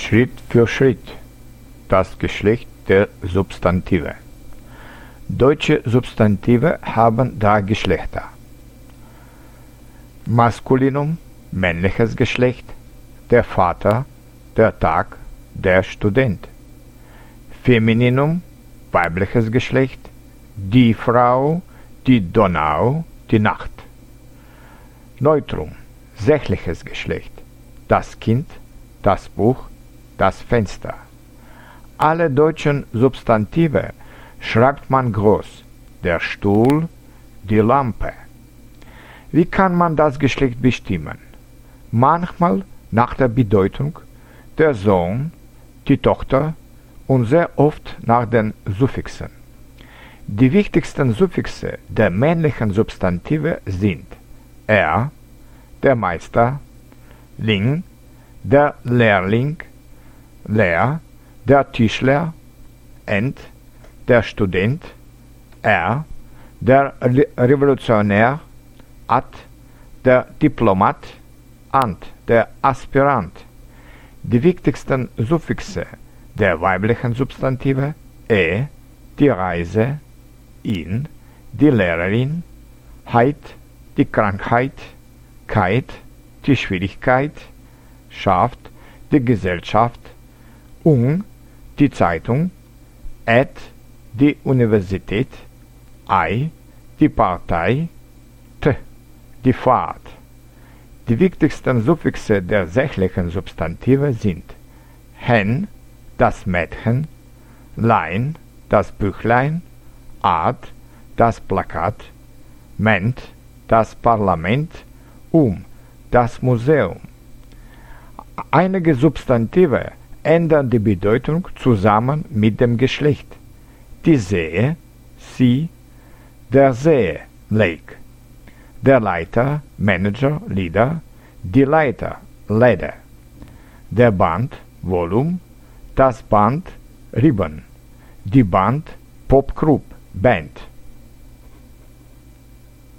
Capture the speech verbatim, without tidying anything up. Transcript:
Schritt für Schritt das Geschlecht der Substantive. Deutsche Substantive haben drei Geschlechter. Maskulinum, männliches Geschlecht, der Vater, der Tag, der Student. Femininum, weibliches Geschlecht, die Frau, die Donau, die Nacht. Neutrum, sächliches Geschlecht, das Kind, das Buch, das Fenster. Alle deutschen Substantive schreibt man groß, der Stuhl, die Lampe. Wie kann man das Geschlecht bestimmen? Manchmal nach der Bedeutung, der Sohn, die Tochter und sehr oft nach den Suffixen. Die wichtigsten Suffixe der männlichen Substantive sind er, der Meister, ling, der Lehrling, Lehr, der Tischler, ent, der Student, er, der Re Revolutionär, at, der Diplomat, ant, der Aspirant. Die wichtigsten Suffixe der weiblichen Substantive e, die Reise, in, die Lehrerin, heit, die Krankheit, keit, die Schwierigkeit, schafft, die Gesellschaft, ung, die Zeitung, et, die Universität, ei, die Partei, t, die Fahrt. Die wichtigsten Suffixe der sächlichen Substantive sind hen, das Mädchen, lein, das Büchlein, ad, das Plakat, ment, das Parlament, um, das Museum. Einige Substantive ändern die Bedeutung zusammen mit dem Geschlecht. Die See, sie, der See, Lake, der Leiter, Manager, Leader, die Leiter, Leader, der Band, Volume, das Band, Ribbon, die Band, Popgroup, Band.